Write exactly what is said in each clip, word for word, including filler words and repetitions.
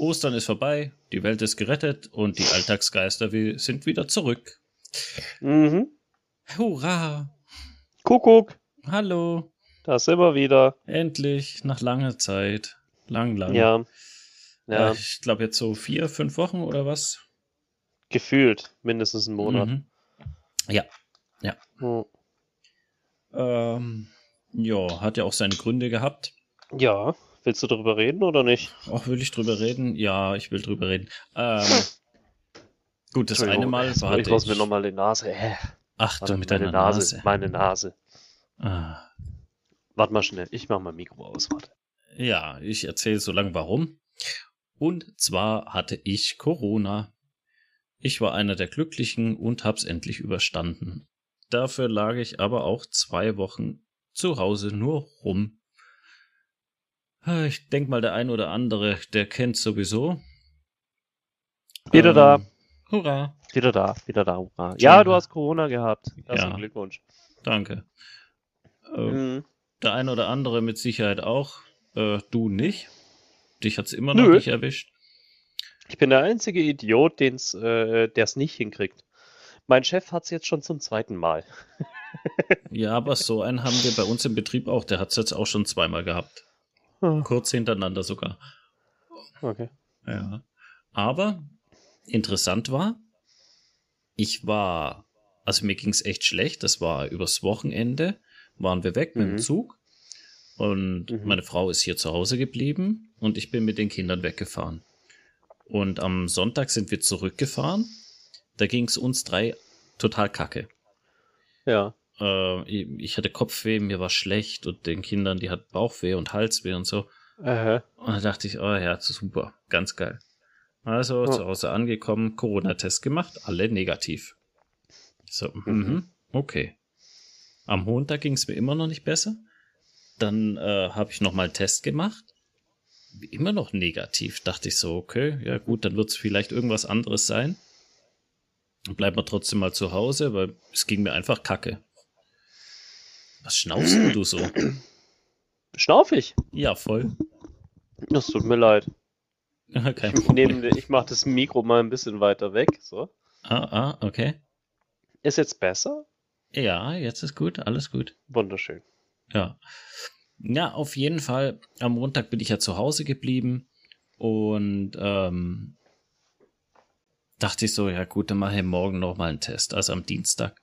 Ostern ist vorbei, die Welt ist gerettet und die Alltagsgeister sind wieder zurück. Mhm. Hurra! Kuckuck! Hallo! Da sind wir wieder. Endlich, nach langer Zeit. Lang, lang. Ja. ja. Äh, ich glaube jetzt so vier, fünf Wochen oder was? Gefühlt mindestens einen Monat. Mhm. Ja, ja. Hm. Ähm, ja, hat ja auch seine Gründe gehabt. Ja, willst du darüber reden oder nicht? Ach, will ich drüber reden? Ja, ich will drüber reden. Ähm, gut, das eine Mal war ich muss mir nochmal die Nase. Äh. Ach, Warte, du mit meine deiner Nase. Nase. Meine Nase. Ah. Warte mal schnell, ich mach mal Mikro aus. Warte. Ja, ich erzähle so lange warum. Und zwar hatte ich Corona. Ich war einer der Glücklichen und hab's endlich überstanden. Dafür lag ich aber auch zwei Wochen zu Hause nur rum. Ich denk mal, der ein oder andere, der kennt sowieso. Wieder ähm, da. Hurra. Wieder da, wieder da, hurra. Ja, du hast Corona gehabt. Herzlichen ja, Glückwunsch. Danke. Äh, mhm. Der ein oder andere mit Sicherheit auch. Äh, du nicht. Dich hat's immer noch Nö. nicht erwischt. Ich bin der einzige Idiot, den's, äh, der es nicht hinkriegt. Mein Chef hat's jetzt schon zum zweiten Mal. Ja, aber so einen haben wir bei uns im Betrieb auch. Der hat's jetzt auch schon zweimal gehabt. Hm. Kurz hintereinander sogar. Okay. Ja. Aber interessant war, ich war, also mir ging's echt schlecht. Das war übers Wochenende, waren wir weg mhm. mit dem Zug. Und mhm. meine Frau ist hier zu Hause geblieben und ich bin mit den Kindern weggefahren. Und am Sonntag sind wir zurückgefahren. Da ging's uns drei total kacke. Ja. Äh, ich hatte Kopfweh, mir war schlecht und den Kindern, die hatten Bauchweh und Halsweh und so. Aha. Und da dachte ich, oh ja, super, ganz geil. Also oh. zu Hause angekommen, Corona-Test gemacht, alle negativ. So, mhm. okay. Am Montag ging's mir immer noch nicht besser. Dann äh, habe ich nochmal einen Test gemacht. Immer noch negativ. Dachte ich so, okay, ja gut, dann wird es vielleicht irgendwas anderes sein. Dann bleiben wir trotzdem mal zu Hause, weil es ging mir einfach kacke. Was schnaufst denn du so? Schnauf ich? Ja, voll. Das tut mir leid. Kein ich Problem. ich mache das Mikro mal ein bisschen weiter weg. So. Ah, ah, okay. Ist jetzt besser? Ja, jetzt ist gut, alles gut. Wunderschön. Ja. Ja, auf jeden Fall. Am Montag bin ich ja zu Hause geblieben und ähm, dachte ich so, ja gut, dann mache ich morgen nochmal einen Test, also am Dienstag.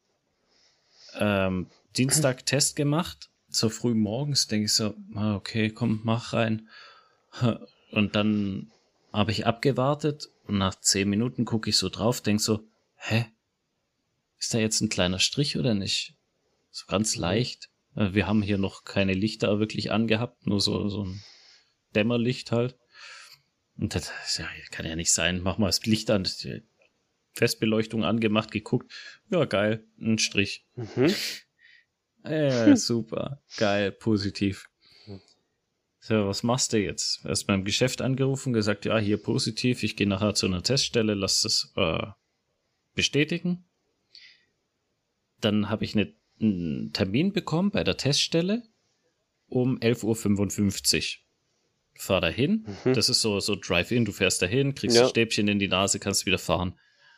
Ähm, Dienstag Test gemacht, so früh morgens, denke ich so, okay, komm, mach rein. Und dann habe ich abgewartet und nach zehn Minuten gucke ich so drauf, denke so, hä? Ist da jetzt ein kleiner Strich oder nicht? So ganz leicht. Wir haben hier noch keine Lichter wirklich angehabt, nur so, so ein Dämmerlicht halt. Und das ja, kann ja nicht sein. Mach mal das Licht an, die Festbeleuchtung angemacht, geguckt. Ja, geil, ein Strich. Mhm. Ja, super, geil, positiv. So, was machst du jetzt? Erst beim Geschäft angerufen, gesagt, ja, hier positiv, ich gehe nachher zu einer Teststelle, lass das äh, bestätigen. Dann habe ich eine einen Termin bekommen bei der Teststelle um elf Uhr fünfundfünfzig. Fahr dahin. Mhm. Das ist so, so Drive-In. Du fährst dahin, kriegst ja. ein Stäbchen in die Nase, kannst wieder fahren.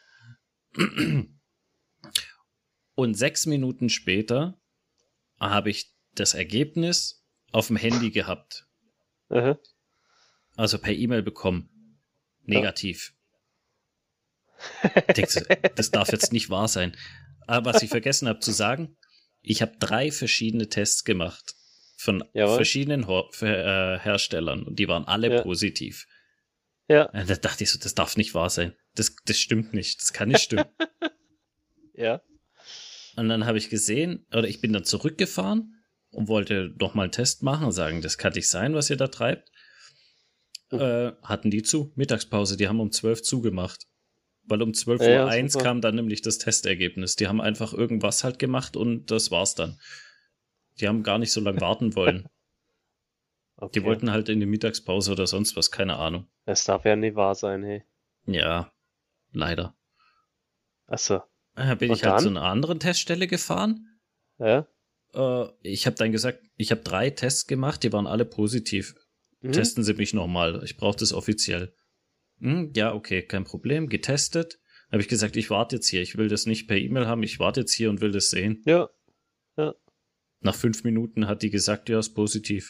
Und sechs Minuten später habe ich das Ergebnis auf dem Handy gehabt. Mhm. Also per E-Mail bekommen. Negativ. Ja. Denkst du, das darf jetzt nicht wahr sein. Aber was ich vergessen habe zu sagen, ich habe drei verschiedene Tests gemacht von Jawohl. verschiedenen Ho- äh, Herstellern und die waren alle ja. positiv. Ja. Da dachte ich so, das darf nicht wahr sein. Das, das stimmt nicht. Das kann nicht stimmen. Ja. Und dann habe ich gesehen, oder ich bin dann zurückgefahren und wollte noch mal einen Test machen und sagen, das kann nicht sein, was ihr da treibt. Mhm. Äh, hatten die zu, Mittagspause, die haben um zwölf zugemacht. Weil um zwölf Uhr eins ja, kam dann nämlich das Testergebnis. Die haben einfach irgendwas halt gemacht und das war's dann. Die haben gar nicht so lange warten wollen. Okay. Die wollten halt in die Mittagspause oder sonst was, keine Ahnung. Das darf ja nicht wahr sein, hey. Ja, leider. Achso. Da bin und ich halt dann? zu einer anderen Teststelle gefahren. Ja. Äh, ich habe dann gesagt, ich habe drei Tests gemacht, die waren alle positiv. Mhm. testen Sie mich nochmal. Ich brauche das offiziell. Hm, ja, okay, kein Problem. Getestet. Habe ich gesagt, ich warte jetzt hier. Ich will das nicht per E-Mail haben. Ich warte jetzt hier und will das sehen. Ja, ja. Nach fünf Minuten hat die gesagt, ja, ist positiv.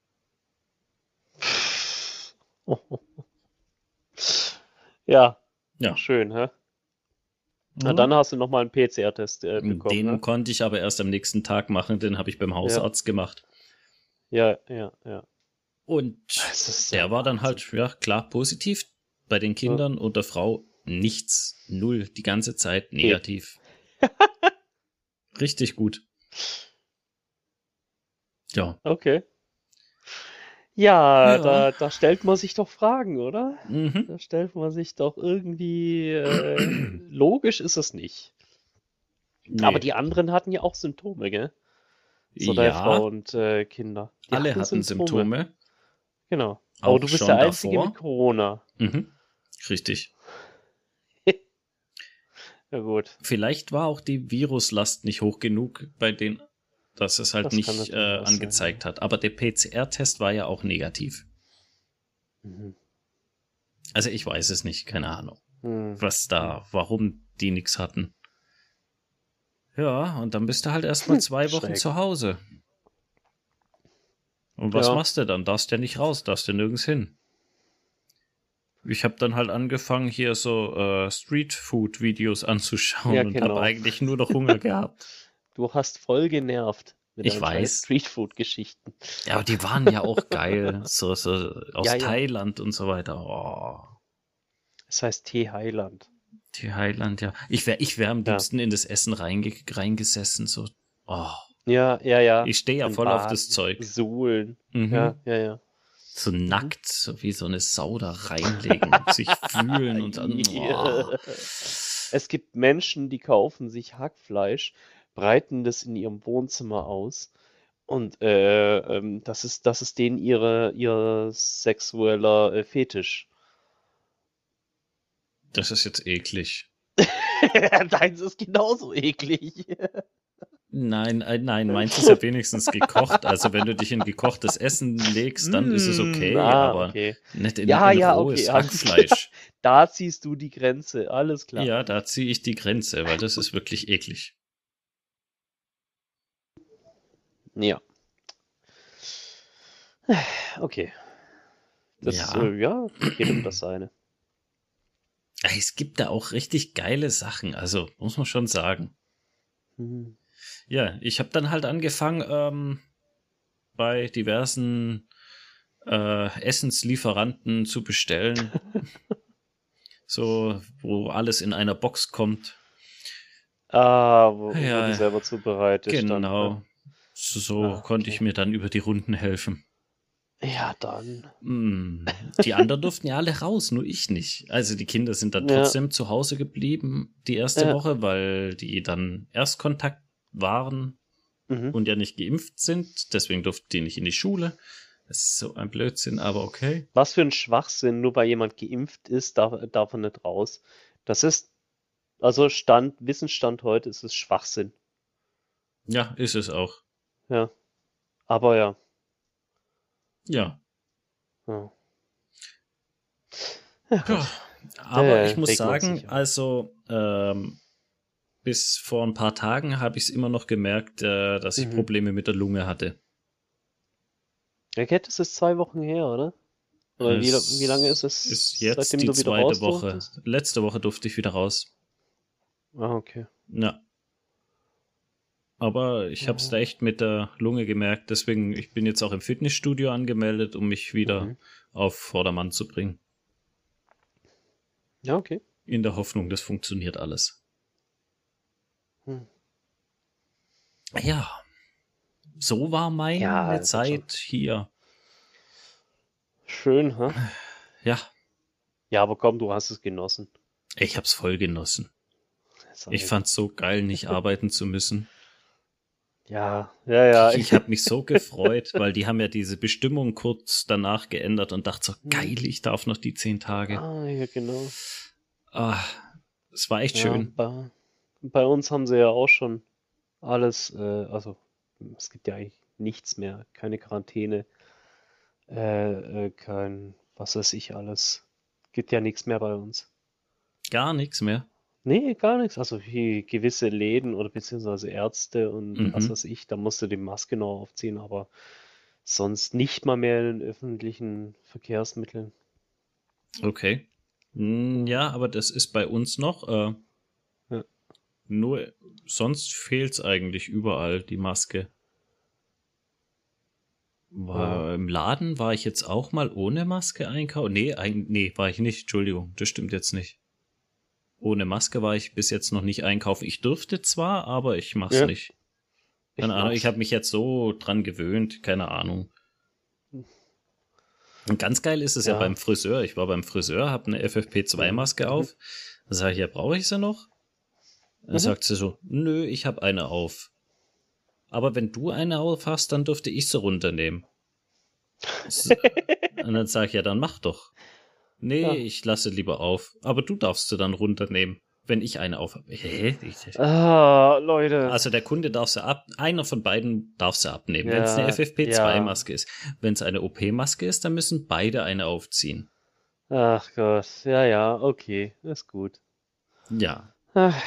Ja, Ja. schön, hä? Na, dann hast du nochmal einen P C R-Test äh, bekommen, Den ne? konnte ich aber erst am nächsten Tag machen. Den habe ich beim Hausarzt gemacht. Ja, ja, ja. Und Das ist der ja war dann Wahnsinn. halt, ja, klar, positiv. Bei den Kindern und der Frau nichts. Null. Die ganze Zeit negativ. Richtig gut. Ja. Okay. Ja, Ja. Da, da stellt man sich doch Fragen, oder? Mhm. Da stellt man sich doch irgendwie, äh, logisch ist es nicht. Nee. Aber die anderen hatten ja auch Symptome, gell? So deine Ja, Frau und äh, Kinder. Die alle hatten Symptome. Genau. Aber Auch du bist schon der Einzige davor. mit Corona. Mhm. Richtig. Ja gut. Vielleicht war auch die Viruslast nicht hoch genug bei denen, dass es halt Das kann nicht natürlich äh, auch angezeigt sein, hat. Aber der P C R-Test war ja auch negativ. Mhm. Also ich weiß es nicht, keine Ahnung, Hm. was da, warum die nichts hatten. Ja, und dann bist du halt erstmal zwei Wochen Schräg. zu Hause. Und was Ja. machst du dann? Darfst ja nicht raus, darfst ja nirgends hin. Ich habe dann halt angefangen, hier so äh, Street-Food-Videos anzuschauen Ja, und genau. habe eigentlich nur noch Hunger gehabt. Du hast voll genervt mit Ich deinen scheiß weiß. Streetfood-Geschichten. Ja, aber die waren ja auch geil. So, so aus Ja, ja. Thailand und so weiter. Oh, Es heißt Tee Heiland. die Thailand, ja. Ich wäre ich wär am Ja. liebsten in das Essen reinge reingesessen. So, oh. Ja, ja, ja. Ich stehe ja Ein voll auf Bad, das Zeug. Suhlen. Mhm. Ja, ja, ja. So nackt, so wie so eine Sau da reinlegen, sich fühlen und dann. Oh. Es gibt Menschen, die kaufen sich Hackfleisch, breiten das in ihrem Wohnzimmer aus und äh, ähm, das ist, das ist denen ihre, ihr sexueller äh, Fetisch. Das ist jetzt eklig. Deins ist genauso eklig. Nein, äh, nein, meins ist ja wenigstens gekocht. Also wenn du dich in gekochtes Essen legst, dann ist es okay, Mm, ah, aber okay. nicht in, Ja, in ja, rohes okay, alles klar. Hackfleisch. Da ziehst du die Grenze, alles klar. Ja, da ziehe ich die Grenze, weil das ist wirklich eklig. Ja. Okay. Das, Ja. äh, ja, jedem das seine. Es gibt da auch richtig geile Sachen, also muss man schon sagen. Hm. Ja, ich habe dann halt angefangen, ähm, bei diversen äh, Essenslieferanten zu bestellen. So, wo alles in einer Box kommt. Ah, wo, Ja, wo die selber zubereitet Genau. dann. Ne? So, so Ah, konnte okay. ich mir dann über die Runden helfen. Ja, dann. Mm. Die anderen durften ja alle raus, nur ich nicht. Also die Kinder sind dann Ja. trotzdem zu Hause geblieben die erste Ja. Woche, weil die dann Erstkontakt waren Mhm. und ja nicht geimpft sind. Deswegen durften die nicht in die Schule. Das ist so ein Blödsinn, aber okay. Was für ein Schwachsinn, nur weil jemand geimpft ist, darf, darf er nicht raus. Das ist, also Stand, Wissensstand heute ist es Schwachsinn. Ja, ist es auch. Ja. Aber ja. Ja. Ja, ja gut. Ja. Aber Ja, ich muss regt man sagen, sich auf. also ähm, bis vor ein paar Tagen habe ich es immer noch gemerkt, äh, dass ich Mhm. Probleme mit der Lunge hatte. Ja, Cat, das ist zwei Wochen her, oder? Oder wie, Es wie lange ist es, ist jetzt seitdem die du wieder zweite raus Woche. durftest? Letzte Woche durfte ich wieder raus. Ah, okay. Ja. Aber ich habe es da echt mit der Lunge gemerkt. Deswegen, ich bin jetzt auch im Fitnessstudio angemeldet, um mich wieder Mhm. auf Vordermann zu bringen. Ja, okay. In der Hoffnung, das funktioniert alles. Hm. Ja. So war meine Ja, das wird Zeit hier. Schön, hä? Ja, Ja, aber komm, du hast es genossen. ich hab's voll genossen. Sag Ich fand's so geil, nicht arbeiten zu müssen. Ja, ja, ja. Ich habe mich so gefreut, weil die haben ja diese Bestimmung kurz danach geändert und dachte so, geil, ich darf noch die zehn Tage. Ah, ja, genau. Ah, es war echt Ja, schön. bei, bei uns haben sie ja auch schon alles, äh, also es gibt ja eigentlich nichts mehr, keine Quarantäne. Äh, äh, kein, was weiß ich alles. Gibt ja nichts mehr bei uns. Gar nichts mehr. Nee, gar nichts. Also wie gewisse Läden oder beziehungsweise Ärzte und was Mhm. weiß ich, da musst du die Maske noch aufziehen, aber sonst nicht mal mehr in den öffentlichen Verkehrsmitteln. Okay. Hm, Ja, ja, aber das ist bei uns noch. Äh, ja. nur sonst fehlt's eigentlich überall, die Maske. Ja. War, im Laden war ich jetzt auch mal ohne Maske einkaufen? Nee, ein, nee, war ich nicht. Entschuldigung, das stimmt jetzt nicht. Ohne Maske war ich bis jetzt noch nicht einkaufen. Ich dürfte zwar, aber ich mach's Ja, nicht. ich Keine Ahnung, ich mach's. habe mich jetzt so dran gewöhnt, keine Ahnung. Und ganz geil ist es ja Ja. beim Friseur. Ich war beim Friseur, habe eine F F P zwei Mhm. Maske Mhm. auf. Da sage ich, ja, brauche ich sie noch? Dann Mhm. sagt sie so, nö, ich habe eine auf. Aber wenn du eine auf hast, dann dürfte ich sie runternehmen. S- Und dann sage ich, ja, dann mach doch. Nee, Ja. ich lasse lieber auf. Aber du darfst sie dann runternehmen, wenn ich eine auf habe. Hä? Ich- Ah, Leute. Also der Kunde darf sie ab, einer von beiden darf sie abnehmen, wenn es eine Ja, F F P zwei ja. Maske ist. Wenn es eine O P-Maske ist, dann müssen beide eine aufziehen. Ach Gott. Ja, ja, okay. Ist gut. Ja. Ah.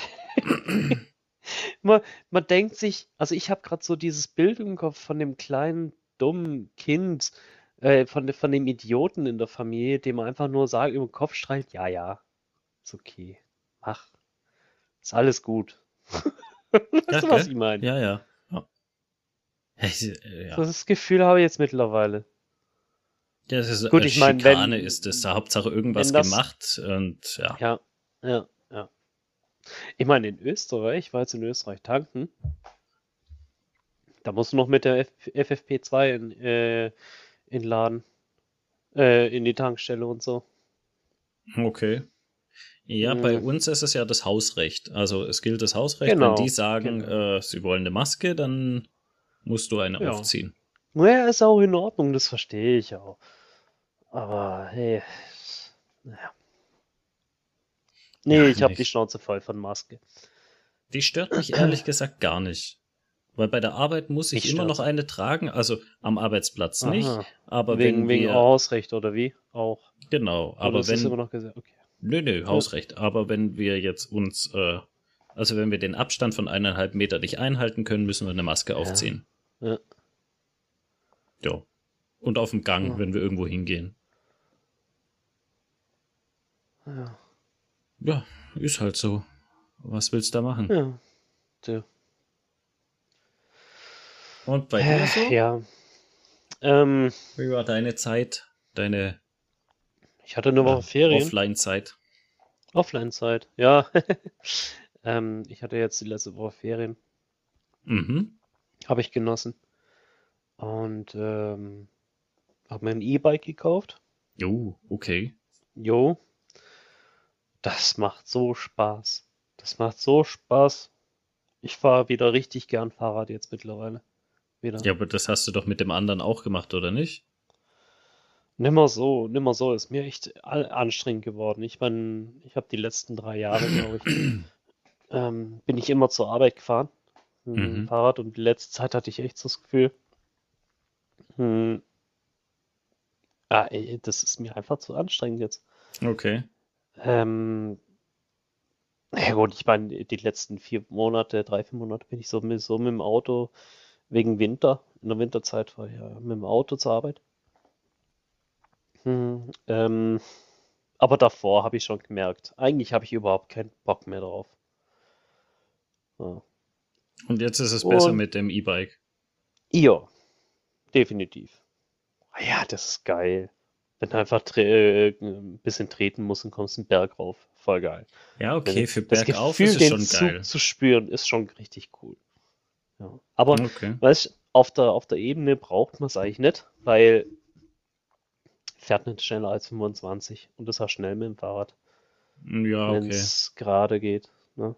Man, man denkt sich, also ich habe gerade so dieses Bild im Kopf von dem kleinen, dummen Kind, äh, von, de- von dem Idioten in der Familie, dem man einfach nur sagt, über den Kopf streicht, ja, ja, ist okay. Mach, ist alles gut. Ja, Weißt du, was gell? ich meine? Ja, ja. Ja. Ich, äh, So ja. das Gefühl habe ich jetzt mittlerweile. Ja, das ist Gut, äh, ich meine, Schikane ist es. wenn, Da Hauptsache irgendwas wenn das, gemacht und ja. ja, ja, ja. Ich meine, in Österreich, ich war jetzt in Österreich tanken, da musst du noch mit der F F F P zwei in, äh, in den Laden, äh, in die Tankstelle und so. Okay. Ja, bei Hm, uns ist es ja das Hausrecht. Also es gilt das Hausrecht. Wenn die genau, sagen, genau. äh, sie wollen eine Maske, dann musst du eine Ja. aufziehen. Naja, ist auch in Ordnung, das verstehe ich auch. Aber hey, naja. Nee, Ja, ich habe die nicht. Schnauze voll von Maske. Die stört mich ehrlich gesagt gar nicht. Weil bei der Arbeit muss ich Mich immer noch stört's. eine tragen, also am Arbeitsplatz nicht, Aha. aber Wegen, wenn wegen wir, Hausrecht oder wie? Auch. genau, Oder aber ist es immer wenn, noch gesagt? Okay. nö, nö, Ja, Hausrecht, aber wenn wir jetzt uns, äh, also wenn wir den Abstand von eineinhalb Meter nicht einhalten können, müssen wir eine Maske ja, aufziehen. ja. Ja. Und auf dem Gang, Ja. wenn wir irgendwo hingehen. Ja. Ja, ist halt so. Was willst du da machen? Ja. So. Und bei dir Äh, so? Ja. Ähm, Wie war deine Zeit? Deine ich hatte eine äh, Woche Ferien. Offline-Zeit? Offline-Zeit. Ja. ähm, ich hatte jetzt die letzte Woche Ferien. Mhm. Habe ich genossen. Und ähm, habe mir ein E-Bike gekauft. Oh, okay. Jo, das macht so Spaß. Das macht so Spaß. Ich fahre wieder richtig gern Fahrrad jetzt mittlerweile. Wieder. Ja, aber das hast du doch mit dem anderen auch gemacht, oder nicht? Nimmer so, nimmer so. Ist mir echt all- anstrengend geworden. Ich meine, ich habe die letzten drei Jahre, glaube ich, ähm, bin ich immer zur Arbeit gefahren mit dem Mhm. Fahrrad und die letzte Zeit hatte ich echt so das Gefühl, hm, ah, ey, das ist mir einfach zu anstrengend jetzt. Okay. Ähm, ja gut, ich meine, die letzten vier Monate, drei, vier Monate bin ich so mit, so mit dem Auto wegen Winter. In der Winterzeit war ich ja mit dem Auto zur Arbeit. Hm, ähm, aber davor habe ich schon gemerkt, eigentlich habe ich überhaupt keinen Bock mehr drauf. Ja. Und jetzt ist es besser Und mit dem E-Bike. ja, definitiv. Ah ja, das ist geil. Wenn du einfach tre äh, ein bisschen treten musst und kommst einen Berg rauf. Voll geil. Ja, okay, Also für das bergauf ist Gefühl, es den schon Zug geil. zu spüren, ist schon richtig cool. Ja. Aber, Okay. weißt, auf der, auf der Ebene braucht man es eigentlich nicht, weil fährt nicht schneller als fünfundzwanzig und das auch schnell mit dem Fahrrad, Ja, wenn okay. es gerade geht. Ne?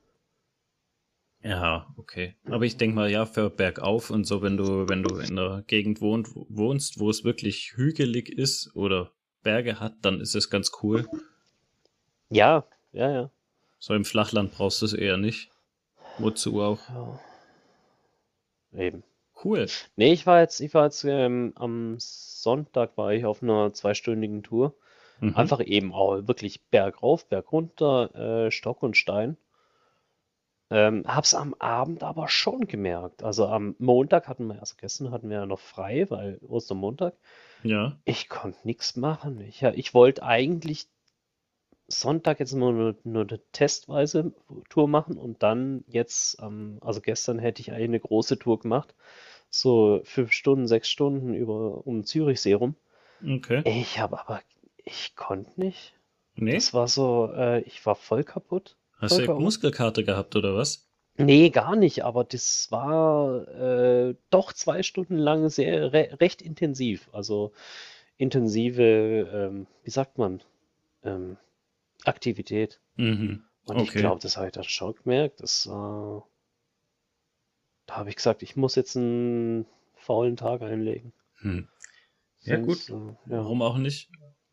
Ja, okay. Aber ich denke mal, ja, für bergauf und so, wenn du, wenn du in einer Gegend wohnt, wohnst, wo es wirklich hügelig ist oder Berge hat, dann ist es ganz cool. Ja, ja, ja. So im Flachland brauchst du es eher nicht. Wozu auch? Ja, eben. Cool. Nee, ich war jetzt, ich war jetzt ähm, am Sonntag war ich auf einer zweistündigen Tour. Mhm. Einfach eben auch wirklich bergauf, bergunter, äh, Stock und Stein. Ähm, hab's am Abend aber schon gemerkt. Also am Montag hatten wir, also gestern hatten wir ja noch frei, weil Ostermontag. Ja. Ich konnte nichts machen. Ich, ja, ich wollte eigentlich Sonntag jetzt nur, nur, nur eine testweise Tour machen und dann jetzt, ähm, also gestern hätte ich eigentlich eine große Tour gemacht. So fünf Stunden, sechs Stunden über um Zürichsee rum. Okay. Ich habe aber, ich konnte nicht. Nee? Das war so, äh, ich war voll kaputt, Hast voll du K O. Muskelkater gehabt oder was? Nee, gar nicht, aber das war äh, doch zwei Stunden lang sehr re recht intensiv. Also intensive, ähm, wie sagt man, ähm, Aktivität. Mhm. Und ich Okay. glaube, das habe ich dann schon gemerkt. Das, äh, da habe ich gesagt, ich muss jetzt einen faulen Tag einlegen. Hm. Ja, Sonst, gut. äh, ja. Warum auch nicht?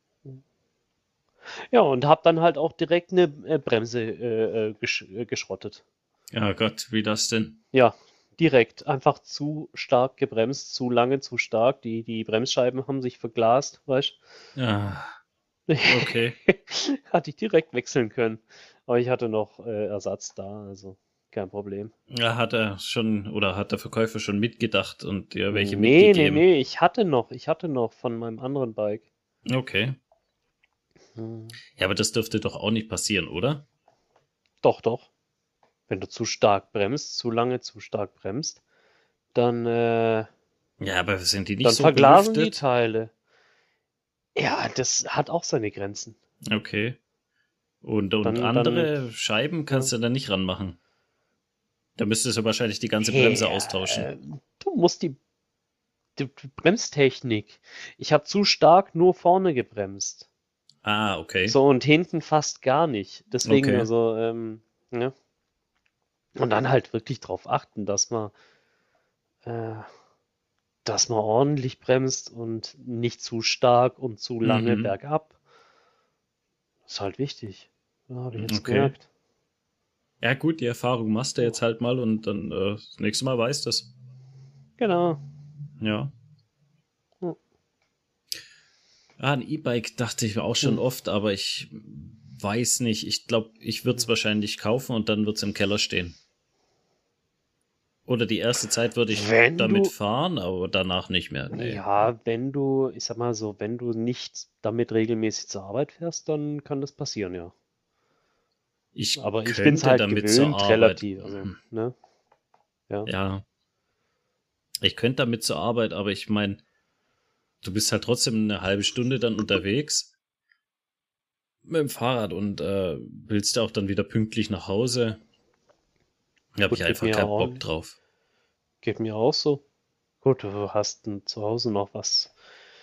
Ja, und habe dann halt auch direkt eine äh, Bremse äh, äh, gesch äh, geschrottet. Ja Gott, wie das denn? Ja, direkt. Einfach zu stark gebremst, zu lange, zu stark. Die, die Bremsscheiben haben sich verglast, weißt Ah, du? okay. Hatte ich direkt wechseln können. Aber ich hatte noch äh, Ersatz da, also kein Problem. Ja, hat er schon, oder hat der Verkäufer schon mitgedacht und dir welche Nee, nee, mitgegeben? nee, ich hatte noch, ich hatte noch von meinem anderen Bike. Okay. Hm. Ja, aber das dürfte doch auch nicht passieren, oder? Doch, doch. Wenn du zu stark bremst, zu lange zu stark bremst, dann, äh, Ja, aber sind die nicht dann so verglasen die belüftet? Teile. Ja, das hat auch seine Grenzen. Okay. Und, und Dann, dann, andere Scheiben ja. kannst du da nicht ranmachen. Da müsstest du wahrscheinlich die ganze Bremse Hey, austauschen. äh, du musst die, die Bremstechnik. Ich habe zu stark nur vorne gebremst. Ah, okay. So und hinten fast gar nicht. Deswegen, Okay. also, ähm, ja. Und dann halt wirklich drauf achten, dass man, äh, dass man ordentlich bremst und nicht zu stark und zu lange Mhm. bergab. Ist halt wichtig. Ja, habe ich jetzt Okay. gemerkt. Ja, gut, die Erfahrung machst du Ja, jetzt halt mal und dann äh, das nächste Mal weißt du es. genau. Ja. Ja. Ah, ein E-Bike dachte ich auch schon Hm. oft, aber ich weiß nicht. Ich glaube, ich würde es wahrscheinlich kaufen und dann wird es im Keller stehen. Oder die erste Zeit würde ich Wenn damit du, fahren, aber danach nicht mehr. Nee. ja, wenn du, ich sag mal so, wenn du nicht damit regelmäßig zur Arbeit fährst, dann kann das passieren, ja. Ich Aber ich bin's könnte halt damit zur gewöhnt, Arbeit. relativ, also, ne? Ja. Ja, ich könnte damit zur Arbeit, aber ich meine, du bist halt trotzdem eine halbe Stunde dann unterwegs mit dem Fahrrad und äh, willst auch dann wieder pünktlich nach Hause. Da habe ich Gut, geht einfach mir keinen auch, Bock drauf. geht mir auch so. Gut, du hast n- zu Hause noch was.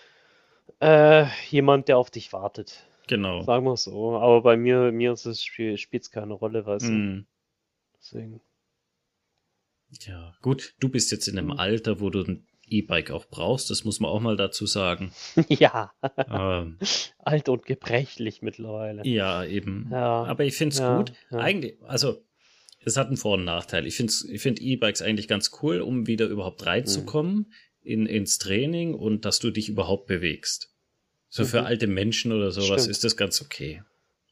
Äh, jemand, der auf dich wartet. Genau. Sagen wir es so. Aber bei mir, mir ist es, spiel, spielt's keine Rolle, weißt du. Hm. Deswegen. Ja, gut, du bist jetzt in einem Hm. Alter, wo du ein E-Bike auch brauchst, das muss man auch mal dazu sagen. Ja, Ähm, alt und gebrechlich mittlerweile. ja, eben. Ja, Aber ich find's gut. ja, ja. Eigentlich, also, es hat einen Vor- und Nachteil. Ich find's, ich find E-Bikes eigentlich ganz cool, um wieder überhaupt Hm. reinzukommen in, ins Training und dass du dich überhaupt bewegst. So für Mhm. alte Menschen oder sowas Stimmt. ist das ganz okay.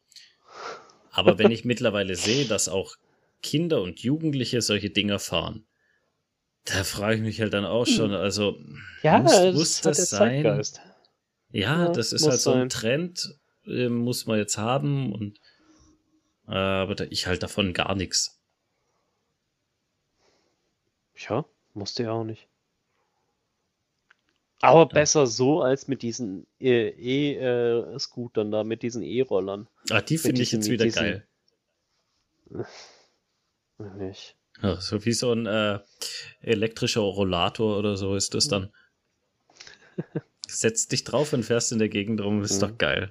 Aber wenn ich mittlerweile sehe, dass auch Kinder und Jugendliche solche Dinger fahren, da frage ich mich halt dann auch Hm. schon, also Ja, muss, das muss ist halt der das sein? Zeitgeist. Ja, Ja, das ist halt muss so ein sein. Trend, äh, muss man jetzt haben und äh, aber da, ich halt davon gar nichts. Ja, musste ja auch nicht. Aber Ja. besser so als mit diesen äh, E-Scootern da, mit diesen E-Rollern. Ah, die Mit finde ich diesen, jetzt mit wieder diesen, geil. nicht. Ja, so wie so ein äh, elektrischer Rollator oder so ist das dann. Setzt dich drauf und fährst in der Gegend rum, ist Hm. doch geil.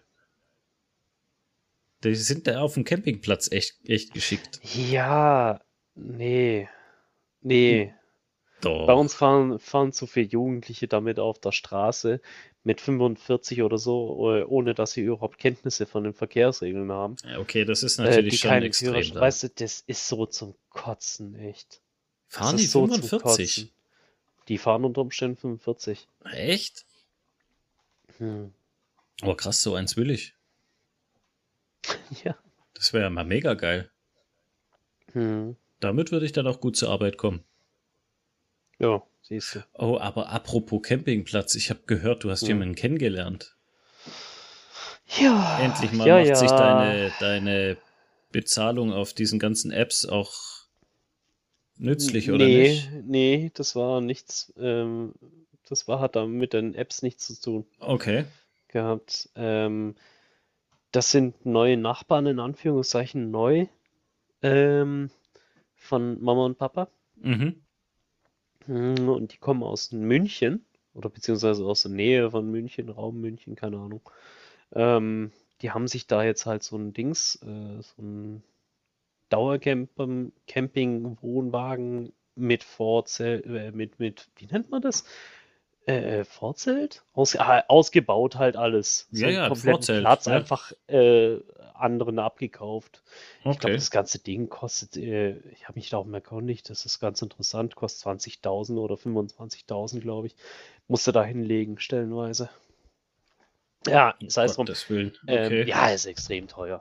Die sind da auf dem Campingplatz echt, echt geschickt. Ja, nee, nee. Bei uns Doch. fahren, fahren zu viele Jugendliche damit auf der Straße mit fünfundvierzig oder so, äh, ohne dass sie überhaupt Kenntnisse von den Verkehrsregeln haben. Ja, okay, das ist Äh, natürlich die schon keinen extrem Führerschein. dann. Weißt du, das ist so zum Kotzen, echt. Das Fahren die ist so zum fünfundvierzig? Kotzen. Die fahren unter Umständen fünfundvierzig. Echt? Hm. Oh, krass, so eins will ich. Ja. Das wäre ja mal mega geil. Hm. Damit würde ich dann auch gut zur Arbeit kommen. Ja, siehst du. Oh, aber apropos Campingplatz, ich habe gehört, du hast Hm. jemanden kennengelernt. Ja, Endlich mal ja, macht sich ja. deine, deine Bezahlung auf diesen ganzen Apps auch nützlich, oder Nee, nicht? nee, das war nichts, ähm, das war, hat da mit den Apps nichts zu tun Okay. gehabt. Ähm, das sind neue Nachbarn, in Anführungszeichen neu, ähm, von Mama und Papa. Mhm. Hm, Und die kommen aus München oder beziehungsweise aus der Nähe von München, Raum München, keine Ahnung. Ähm, die haben sich da jetzt halt so ein Dings, äh, so ein Dauercamper, Camping-Wohnwagen mit Vorzelt, äh, mit, mit, wie nennt man das? Äh, äh, Vorzelt? Aus, ah, ausgebaut halt alles. Ja, So einen ja, kompletten Vorzelt, Platz ja. einfach äh, anderen abgekauft. Ich glaube, Okay. das ganze Ding kostet, äh, ich habe mich da auch mal erkundigt, das ist ganz interessant, kostet zwanzigtausend oder fünfundzwanzigtausend, glaube ich. Musste da hinlegen, stellenweise. Ja, Um sei es drum. Gottes Willen. Ähm, Okay. ja, ist extrem teuer.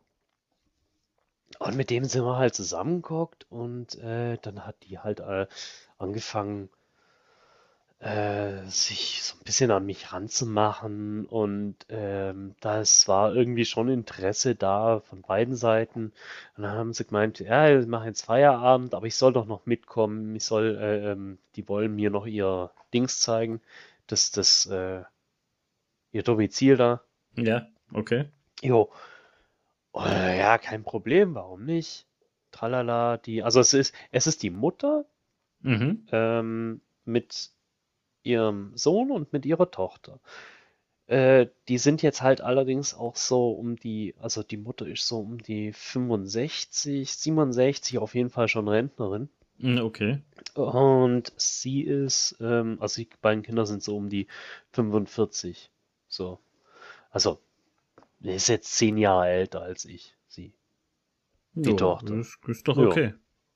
Und mit dem sind wir halt zusammengeguckt und äh, dann hat die halt äh, angefangen, äh, sich so ein bisschen an mich ranzumachen und ähm, das war irgendwie schon Interesse da von beiden Seiten. Und dann haben sie gemeint, ja, wir machen jetzt Feierabend, aber ich soll doch noch mitkommen. Ich soll, äh, ähm, die wollen mir noch ihr Dings zeigen, das, das, äh, ihr Domizil da. Ja, okay. Jo, äh, ja, kein Problem, warum nicht? Tralala, die, also es ist, es ist die Mutter Mhm. ähm, mit ihrem Sohn und mit ihrer Tochter. Äh, die sind jetzt halt allerdings auch so um die, also die Mutter ist so um die fünfundsechzig, siebenundsechzig, auf jeden Fall schon Rentnerin. Mm, okay. Und sie ist, ähm, also die beiden Kinder sind so um die fünfundvierzig. So. Also, sie ist jetzt zehn Jahre älter als ich, sie, die Jo, Tochter. ist, ist doch Ja. okay.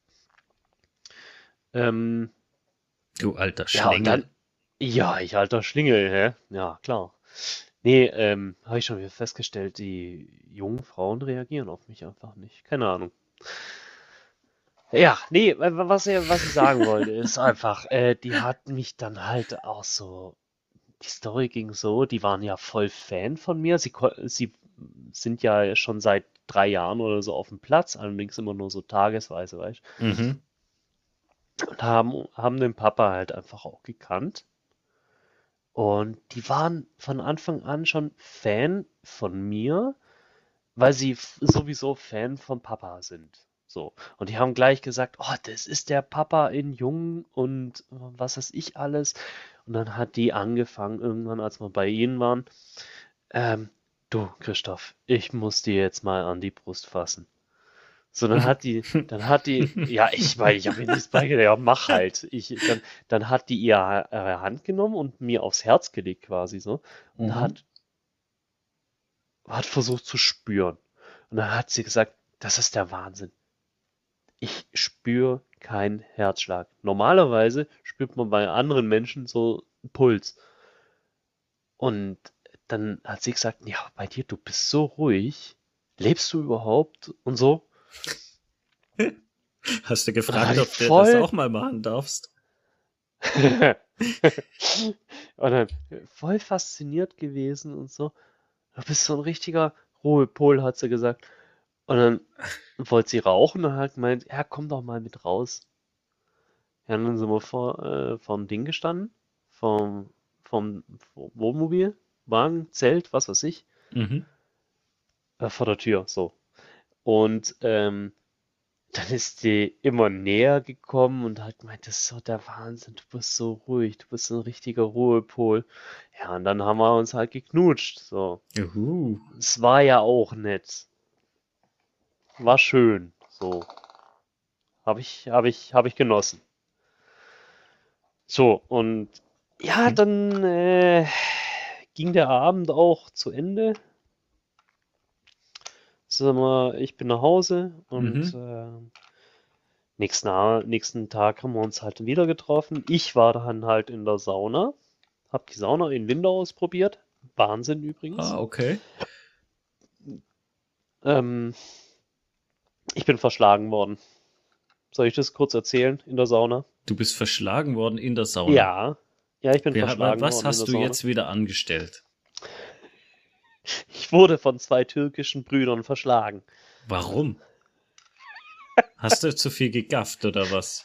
Ähm, Du alter ja, und dann, Schlingel. ja, ich alter Schlingel, hä? Ja, klar. Nee, ähm, habe ich schon wieder festgestellt, die jungen Frauen reagieren auf mich einfach nicht. Keine Ahnung. Ja, nee, wa- wa- was, ich- was ich sagen wollte, ist einfach, äh, die hat mich dann halt auch so, die Story ging so, die waren ja voll Fan von mir. Sie, ko- sie sind ja schon seit drei Jahren oder so auf dem Platz, allerdings immer nur so tagesweise, weißt Mhm. du, und haben, haben den Papa halt einfach auch gekannt. Und die waren von Anfang an schon Fan von mir, weil sie f- sowieso Fan von Papa sind. So. Und die haben gleich gesagt, oh, das ist der Papa in Jung und äh, was weiß ich alles. Und dann hat die angefangen, irgendwann, als wir bei ihnen waren, ähm, du, Christoph, ich muss dir jetzt mal an die Brust fassen. So, dann hat die, dann hat die, ja, ich meine, ich habe ihr nichts beigebracht, ja, mach halt. Ich, dann, dann hat die ihre, ihre Hand genommen und mir aufs Herz gelegt quasi so und Mhm. hat, hat versucht zu spüren. Und dann hat sie gesagt, das ist der Wahnsinn. Ich spüre keinen Herzschlag. Normalerweise spürt man bei anderen Menschen so einen Puls. Und dann hat sie gesagt, ja, bei dir, du bist so ruhig. Lebst du überhaupt? Und so. Hast du Und dann war gefragt, die ob du das voll, auch mal machen darfst? und dann voll fasziniert gewesen und so. Du bist so ein richtiger Ruhepol, hat sie gesagt. Und dann wollte sie rauchen und hat gemeint, ja, komm doch mal mit raus. Ja, und dann sind wir vor, äh, vorm Ding gestanden, vom, vom Wohnmobil, Wagen, Zelt, was weiß ich, Mhm. äh, vor der Tür, so. Und ähm, dann ist die immer näher gekommen und hat gemeint, das ist so der Wahnsinn, du bist so ruhig, du bist so ein richtiger Ruhepol. Ja, und dann haben wir uns halt geknutscht, so. Juhu. Es war ja auch nett, war schön, so. Habe ich, habe ich, habe ich genossen. So, und ja, Mhm. dann äh, ging der Abend auch zu Ende. Sag mal, ich bin nach Hause und Mhm. äh, nächsten, A- nächsten Tag haben wir uns halt wieder getroffen. Ich war dann halt in der Sauna, hab die Sauna in Lindau ausprobiert. Wahnsinn übrigens. Ah, okay. Ähm, ich bin verschlagen worden. Soll ich das kurz erzählen in der Sauna? Du bist verschlagen worden in der Sauna. Ja, ja, ich bin Wer, verschlagen was worden in hast der du Sauna. jetzt wieder angestellt? Ich wurde von zwei türkischen Brüdern verschlagen. Warum? Hast du zu viel gegafft oder was?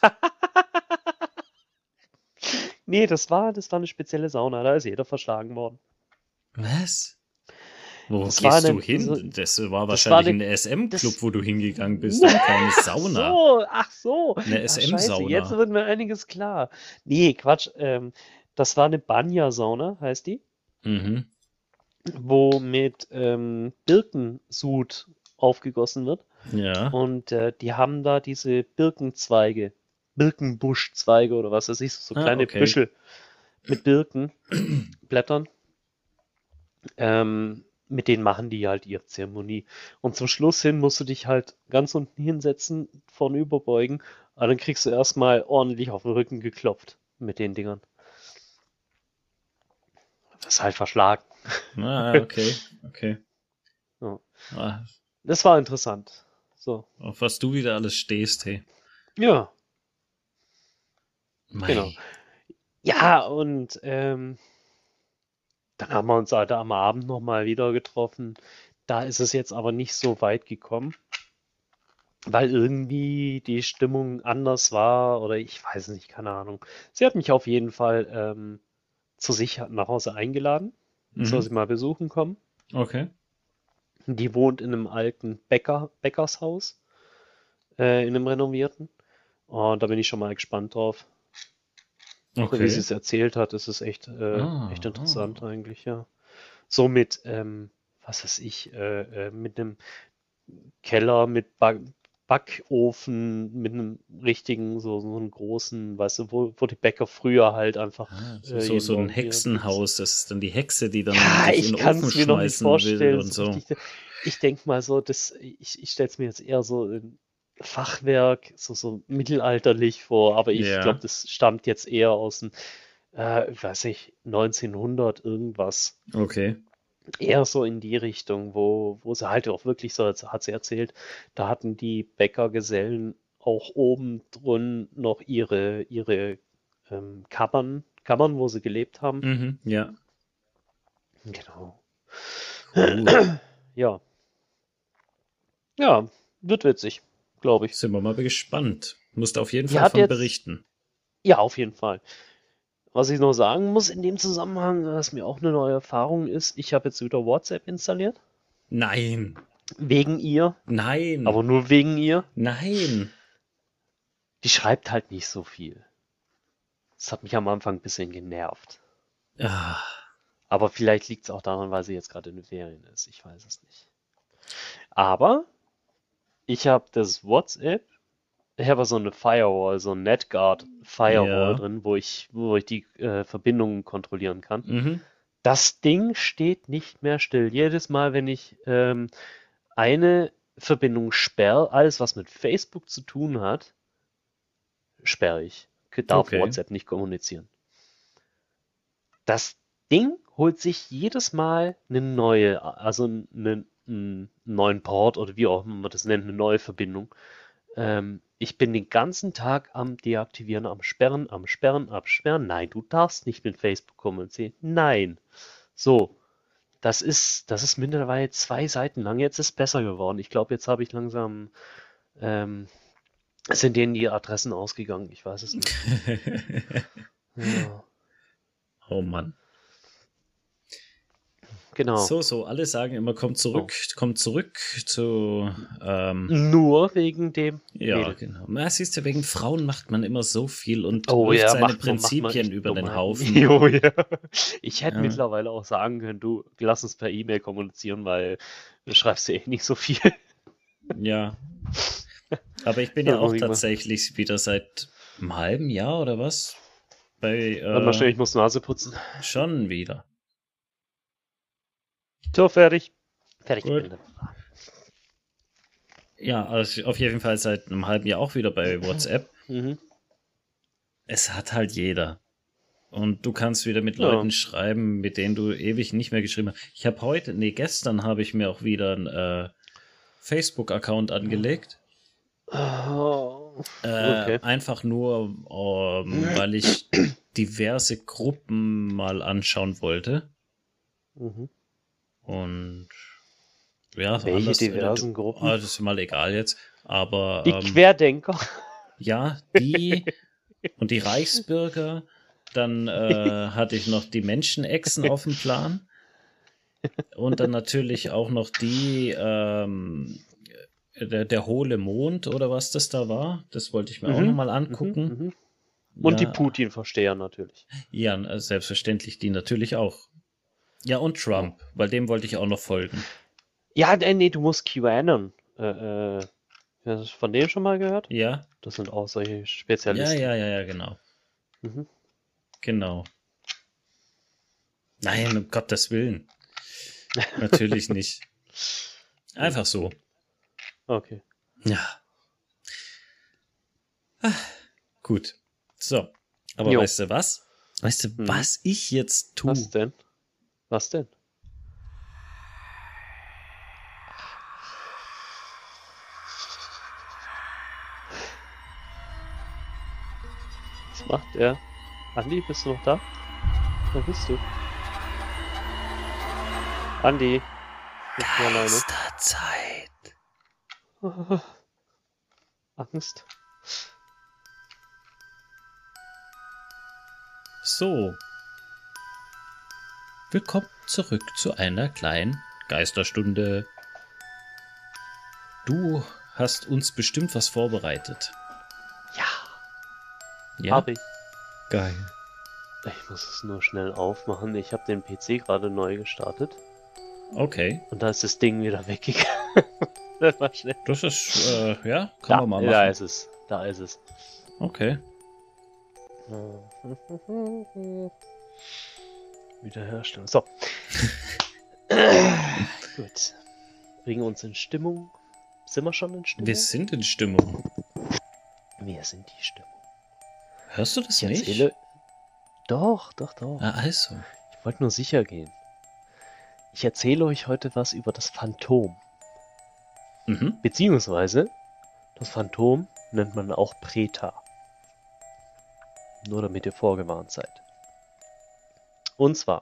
Nee, das war, das war eine spezielle Sauna, da ist jeder verschlagen worden. Was? Wo Das war gehst du eine- hin? so- Das war das wahrscheinlich war eine- ein S M-Club, das- wo du hingegangen bist und keine Ach Sauna. so, ach so. Eine Ach, S scheiße, M-Sauna. jetzt wird mir einiges klar. Nee, Quatsch. Ähm, das war eine Banya-Sauna, heißt die, Mhm. wo mit ähm, Birkensud aufgegossen wird. Ja. Und äh, die haben da diese Birkenzweige, Birkenbuschzweige oder was weiß ich, so Ah, kleine okay. Büschel mit Birkenblättern. Ähm, mit denen machen die halt ihre Zeremonie. Und zum Schluss hin musst du dich halt ganz unten hinsetzen, vorne überbeugen, aber dann kriegst du erstmal ordentlich auf den Rücken geklopft mit den Dingern. Das ist halt verschlagen. Ah, okay. Okay. Ja. Ah, Das war interessant. So. auf was du wieder alles stehst, hey. Ja. Mei. Genau. Ja, und ähm, dann haben wir uns halt am Abend nochmal wieder getroffen. Da ist es jetzt aber nicht so weit gekommen, weil irgendwie die Stimmung anders war oder ich weiß nicht, keine Ahnung. Sie hat mich auf jeden Fall ähm, zu sich nach Hause eingeladen, soll Mhm. sie mal besuchen kommen. Okay. Die wohnt in einem alten Bäcker, Bäckershaus, äh, in einem renovierten. Und da bin ich schon mal gespannt drauf. So wie Okay. sie es erzählt hat, ist es echt, äh, Ah, echt interessant ah. eigentlich, ja. So mit, ähm, was weiß ich, äh, äh, mit einem Keller, mit Back Backofen, mit einem richtigen, so, so einen großen, weißt du, wo, wo die Bäcker früher halt einfach Ah, so, äh, so, jeden so ein Morgen ihre Dings- Hexenhaus. Das ist dann die Hexe, die dann Ja, dich in ich den kann Ofen es mir noch nicht schmeißen will vorstellen. und So so. richtig, ich denke mal so, das, ich, ich stelle es mir jetzt eher so ein Fachwerk, so, so mittelalterlich vor, aber ich Ja. glaube, das stammt jetzt eher aus dem, äh, weiß ich, neunzehnhundert irgendwas. Okay. Eher so in die Richtung, wo, wo sie halt auch wirklich so, als hat sie erzählt, da hatten die Bäckergesellen auch oben drin noch ihre, ihre ähm, Kammern, Kammern, wo sie gelebt haben. Mhm. Ja. Genau. Cool. Ja. Ja, wird witzig, glaube ich. Sind wir mal gespannt. Musst auf jeden Die Fall hat von jetzt, berichten. ja, auf jeden Fall. Was ich noch sagen muss in dem Zusammenhang, was mir auch eine neue Erfahrung ist, ich habe jetzt wieder WhatsApp installiert. Nein. Wegen ihr, Nein. aber nur wegen ihr. Nein. Die schreibt halt nicht so viel. Das hat mich am Anfang ein bisschen genervt. Ah. Aber vielleicht liegt es auch daran, weil sie jetzt gerade in den Ferien ist. Ich weiß es nicht. Aber ich habe das WhatsApp, ich habe so eine Firewall, so ein NetGuard Firewall Ja. drin, wo ich, wo ich die äh, Verbindungen kontrollieren kann. Mhm. Das Ding steht nicht mehr still. Jedes Mal, wenn ich ähm, eine Verbindung sperre, alles was mit Facebook zu tun hat, sperre ich. Darf Okay. WhatsApp nicht kommunizieren. Das Ding holt sich jedes Mal eine neue, also einen, einen neuen Port oder wie auch immer man das nennt, eine neue Verbindung. Ähm, ich bin den ganzen Tag am Deaktivieren, am Sperren, am Sperren, am Sperren. Nein, du darfst nicht mit Facebook kommunizieren. Nein. So, das ist, das ist mittlerweile zwei Seiten lang. Jetzt ist es besser geworden. Ich glaube, jetzt habe ich langsam, ähm, sind denen die Adressen ausgegangen. Ich weiß es nicht. Ja, Oh Mann. genau. So, so, alle sagen immer, komm zurück, komm zurück zu, ähm, Nur wegen dem ja, Mädel. genau. Na, siehst du, wegen Frauen macht man immer so viel und Oh wirft ja, seine macht man, macht man Prinzipien echt über den Dummheiten. Haufen. Oh ja. Ich hätte Ja. mittlerweile auch sagen können, du, lass uns per E-Mail kommunizieren, weil du schreibst ja eh nicht so viel. Ja. Aber ich bin Das ja muss auch ich mal. tatsächlich wieder seit einem halben Jahr oder was? Bei, Warte mal schnell, äh, ich muss Nase putzen. schon wieder. So, fertig. Fertig, ich Gut. bin da. Ja, also auf jeden Fall seit einem halben Jahr auch wieder bei WhatsApp. Mhm. Es hat halt jeder. Und du kannst wieder mit Ja. Leuten schreiben, mit denen du ewig nicht mehr geschrieben hast. Ich habe heute, nee, gestern habe ich mir auch wieder einen äh, Facebook-Account angelegt. Oh, Äh, okay. Einfach nur, ähm, weil ich diverse Gruppen mal anschauen wollte. Mhm. Und ja, Welche anders. äh, diversen d- Gruppen? ah, das ist mal egal jetzt. Aber Die ähm, Querdenker. ja, die und die Reichsbürger. Dann äh, hatte ich noch die Menschenechsen auf dem Plan. Und dann natürlich auch noch die, ähm, der, der hohle Mond oder was das da war. Das wollte ich mir auch Mhm, nochmal mhm, angucken. mhm. Und die Ja, Putin-Versteher natürlich. ja, äh, selbstverständlich die natürlich auch. Ja, und Trump, weil dem wollte ich auch noch folgen. Ja, äh, nee, du musst QAnon. Äh, äh, hast du von dem schon mal gehört? Ja, Das sind auch solche ja, Spezialisten. ja, ja, ja, genau. Mhm. Genau. Nein, um Gottes Willen. Natürlich nicht. Einfach so. Okay. Ja. Ah, gut. So. Aber Jo. weißt du was? Weißt du, Mhm. was ich jetzt tue? Was denn? Was denn? Was macht er? Andi, bist du noch da? Wo bist du? Andi, bist du alleine? Geisterzeit. Angst. So. Willkommen zurück zu einer kleinen Geisterstunde. Du hast uns bestimmt was vorbereitet. Ja, Ja? hab ich. Geil. Ich muss es nur schnell aufmachen. Ich habe den P C gerade neu gestartet. Okay. Und da ist das Ding wieder weggegangen. Das war schnell. Das ist, äh, ja, kann Da, man mal machen. da ist es. Da ist es. Okay. Wiederherstellung. So. Gut. Bringen uns in Stimmung. Sind wir schon in Stimmung? Wir sind in Stimmung. Wir sind die Stimmung. Hörst du das Ich nicht? erzähle. Doch, doch, doch. Ah, also. Ich wollte nur sicher gehen. Ich erzähle euch heute was über das Phantom. Mhm. Beziehungsweise, das Phantom nennt man auch Preta. Nur damit ihr vorgewarnt seid. Und zwar,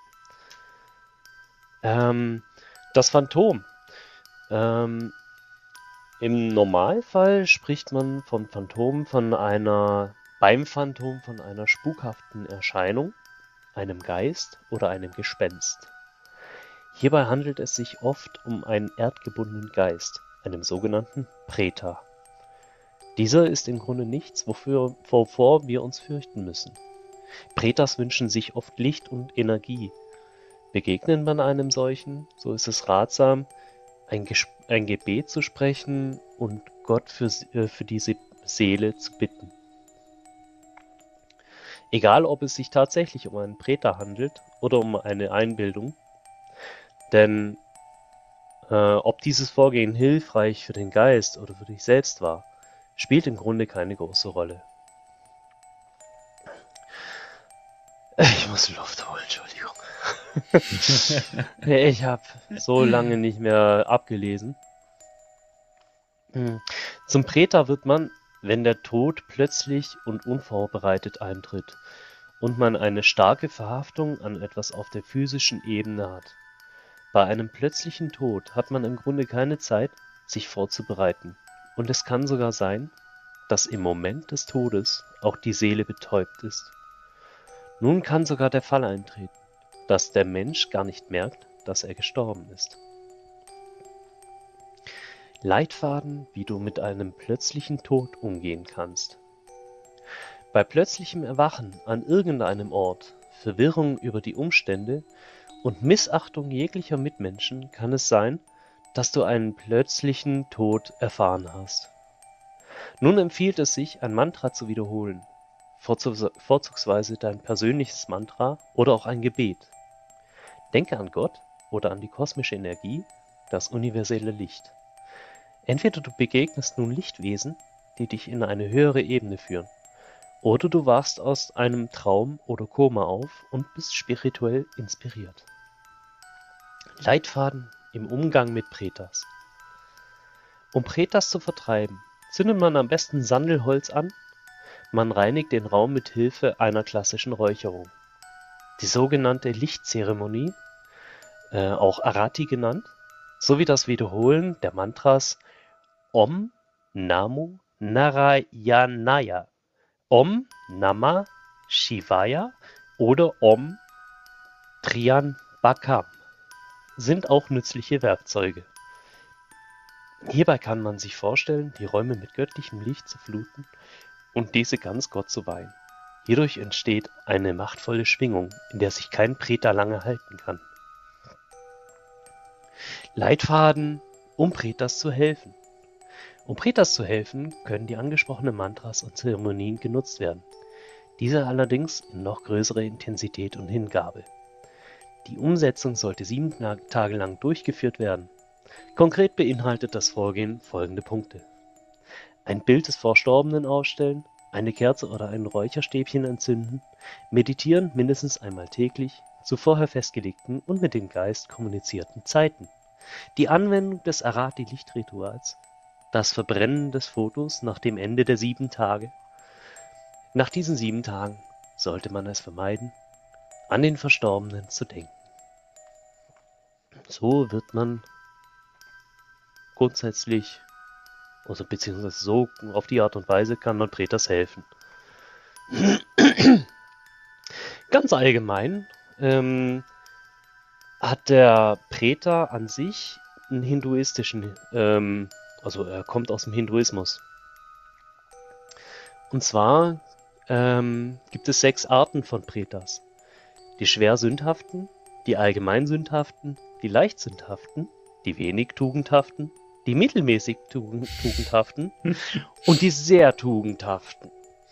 ähm, das Phantom. Ähm, Im Normalfall spricht man vom Phantom von einer, beim Phantom von einer spukhaften Erscheinung, einem Geist oder einem Gespenst. Hierbei handelt es sich oft um einen erdgebundenen Geist, einem sogenannten Preta. Dieser ist im Grunde nichts, wofür, wovor wir uns fürchten müssen. Pretas wünschen sich oft Licht und Energie. Begegnet man einem solchen, so ist es ratsam, ein, Ges ein Gebet zu sprechen und Gott für, äh, für diese Seele zu bitten. Egal, ob es sich tatsächlich um einen Preta handelt oder um eine Einbildung, denn äh, ob dieses Vorgehen hilfreich für den Geist oder für dich selbst war, spielt im Grunde keine große Rolle. Ich muss Luft holen, Entschuldigung. Ich habe so lange nicht mehr abgelesen. Zum Preta wird man, wenn der Tod plötzlich und unvorbereitet eintritt und man eine starke Verhaftung an etwas auf der physischen Ebene hat. Bei einem plötzlichen Tod hat man im Grunde keine Zeit, sich vorzubereiten. Und es kann sogar sein, dass im Moment des Todes auch die Seele betäubt ist. Nun kann sogar der Fall eintreten, dass der Mensch gar nicht merkt, dass er gestorben ist. Leitfaden, wie du mit einem plötzlichen Tod umgehen kannst. Bei plötzlichem Erwachen an irgendeinem Ort, Verwirrung über die Umstände und Missachtung jeglicher Mitmenschen kann es sein, dass du einen plötzlichen Tod erfahren hast. Nun empfiehlt es sich, ein Mantra zu wiederholen, vorzugsweise dein persönliches Mantra oder auch ein Gebet. Denke an Gott oder an die kosmische Energie, das universelle Licht. Entweder du begegnest nun Lichtwesen, die dich in eine höhere Ebene führen, oder du wachst aus einem Traum oder Koma auf und bist spirituell inspiriert. Leitfaden im Umgang mit Pretas. Um Pretas zu vertreiben, zündet man am besten Sandelholz an. Man reinigt den Raum mit Hilfe einer klassischen Räucherung. Die sogenannte Lichtzeremonie, äh, auch Arati genannt, sowie das Wiederholen der Mantras Om Namo Narayanaya, Om Namah Shivaya oder Om Triambakam sind auch nützliche Werkzeuge. Hierbei kann man sich vorstellen, die Räume mit göttlichem Licht zu fluten und diese ganz Gott zu weihen. Hierdurch entsteht eine machtvolle Schwingung, in der sich kein Preta lange halten kann. Leitfaden, um Pretas zu helfen. Um Pretas zu helfen, können die angesprochenen Mantras und Zeremonien genutzt werden. Diese allerdings in noch größerer Intensität und Hingabe. Die Umsetzung sollte sieben Tage lang durchgeführt werden. Konkret beinhaltet das Vorgehen folgende Punkte: Ein Bild des Verstorbenen aufstellen, eine Kerze oder ein Räucherstäbchen entzünden, meditieren mindestens einmal täglich, zu vorher festgelegten und mit dem Geist kommunizierten Zeiten. Die Anwendung des Arati-Lichtrituals, das Verbrennen des Fotos nach dem Ende der sieben Tage. Nach diesen sieben Tagen sollte man es vermeiden, an den Verstorbenen zu denken. So wird man grundsätzlich, also beziehungsweise so auf die Art und Weise kann man Pretas helfen. Ganz allgemein ähm, hat der Preta an sich einen hinduistischen, ähm, also er kommt aus dem Hinduismus. Und zwar ähm, gibt es sechs Arten von Pretas. Die schwer sündhaften, die allgemein sündhaften, die leicht sündhaften, die wenig tugendhaften, die mittelmäßig tugend, tugendhaften und die sehr tugendhaften.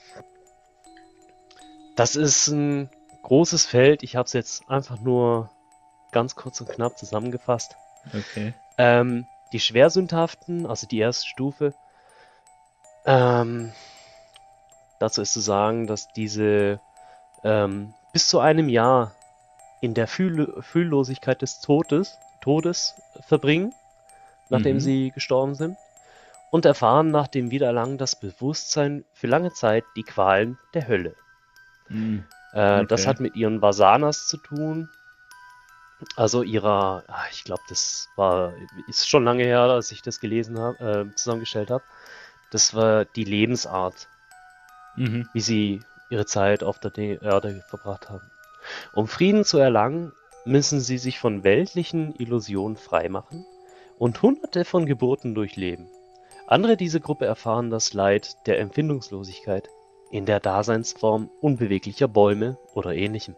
Das ist ein großes Feld. Ich habe es jetzt einfach nur ganz kurz und knapp zusammengefasst. Okay. Ähm, die schwer sündhaften, also die erste Stufe, ähm, dazu ist zu sagen, dass diese ähm, bis zu einem Jahr in der Fühl Fühllosigkeit des Todes, Todes verbringen, nachdem mhm. sie gestorben sind, und erfahren nach dem Wiedererlangen das Bewusstsein für lange Zeit die Qualen der Hölle. Mhm. Äh, okay. Das hat mit ihren Vasanas zu tun, also ihrer, ich glaube, das war, ist schon lange her, als ich das gelesen habe, äh, zusammengestellt habe. Das war die Lebensart, mhm. wie sie ihre Zeit auf der Erde verbracht haben. Um Frieden zu erlangen, müssen sie sich von weltlichen Illusionen freimachen und hunderte von Geburten durchleben. Andere dieser Gruppe erfahren das Leid der Empfindungslosigkeit in der Daseinsform unbeweglicher Bäume oder ähnlichem.